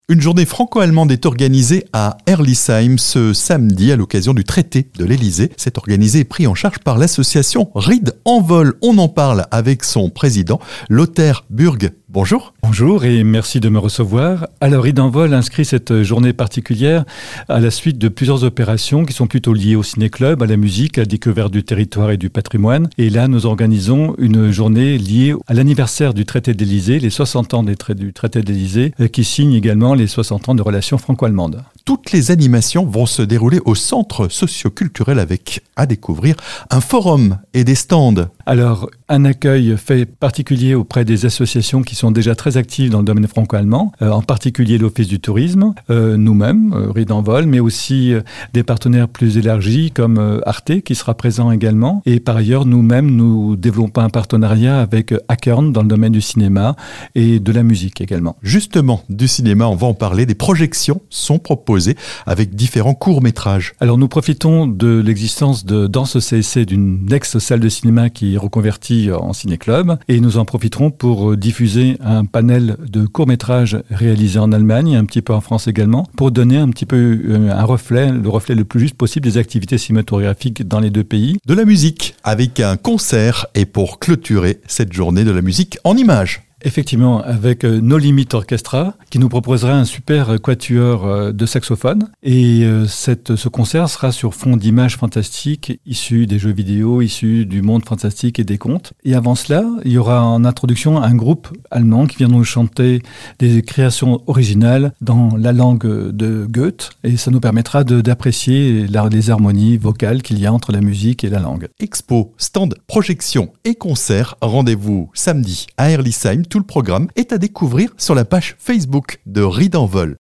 Une journée franco-allemande est organisée à Herlisheim ce samedi à l'occasion du traité de l'Elysée. C'est organisé et pris en charge par l'association Ried en Vol. On en parle avec son président, Lothar Burg. Bonjour. Bonjour et merci de me recevoir. Alors, Ried en Vol inscrit cette journée particulière à la suite de plusieurs opérations qui sont plutôt liées au ciné-club, à la musique, à la découverte du territoire et du patrimoine. Et là, nous organisons une journée liée à l'anniversaire du traité de l'Elysée, les 60 ans du traité de l'Elysée, qui signe également les 60 ans de relations franco-allemandes. Toutes les animations vont se dérouler au centre socio-culturel avec, à découvrir, un forum et des stands. Alors, un accueil fait particulier auprès des associations qui sont déjà très actives dans le domaine franco-allemand, en particulier l'Office du tourisme, nous-mêmes, Ried en Vol, mais aussi des partenaires plus élargis comme Arte qui sera présent également. Et par ailleurs, nous-mêmes, nous développons un partenariat avec Akern dans le domaine du cinéma et de la musique également. Justement, du cinéma, on va en parler. Des projections sont proposées avec différents courts-métrages. Alors, nous profitons de l'existence dans ce CSC d'une ex-salle de cinéma qui est reconvertie en ciné-club et nous en profiterons pour diffuser un panel de courts-métrages réalisés en Allemagne, un petit peu en France également, pour donner un petit peu un reflet, le reflet le plus juste possible des activités cinématographiques dans les deux pays. De la musique avec un concert et pour clôturer cette journée de la musique en images. Effectivement, avec No Limit Orchestra, qui nous proposera un super quatuor de saxophone. Et ce concert sera sur fond d'images fantastiques, issues des jeux vidéo, issues du monde fantastique et des contes. Et avant cela, il y aura en introduction un groupe allemand qui vient nous chanter des créations originales dans la langue de Goethe. Et ça nous permettra d'apprécier les harmonies vocales qu'il y a entre la musique et la langue. Expo, stand, projection et concert. Rendez-vous samedi à Herlisheim. Tout le programme est à découvrir sur la page Facebook de Ried en Vol.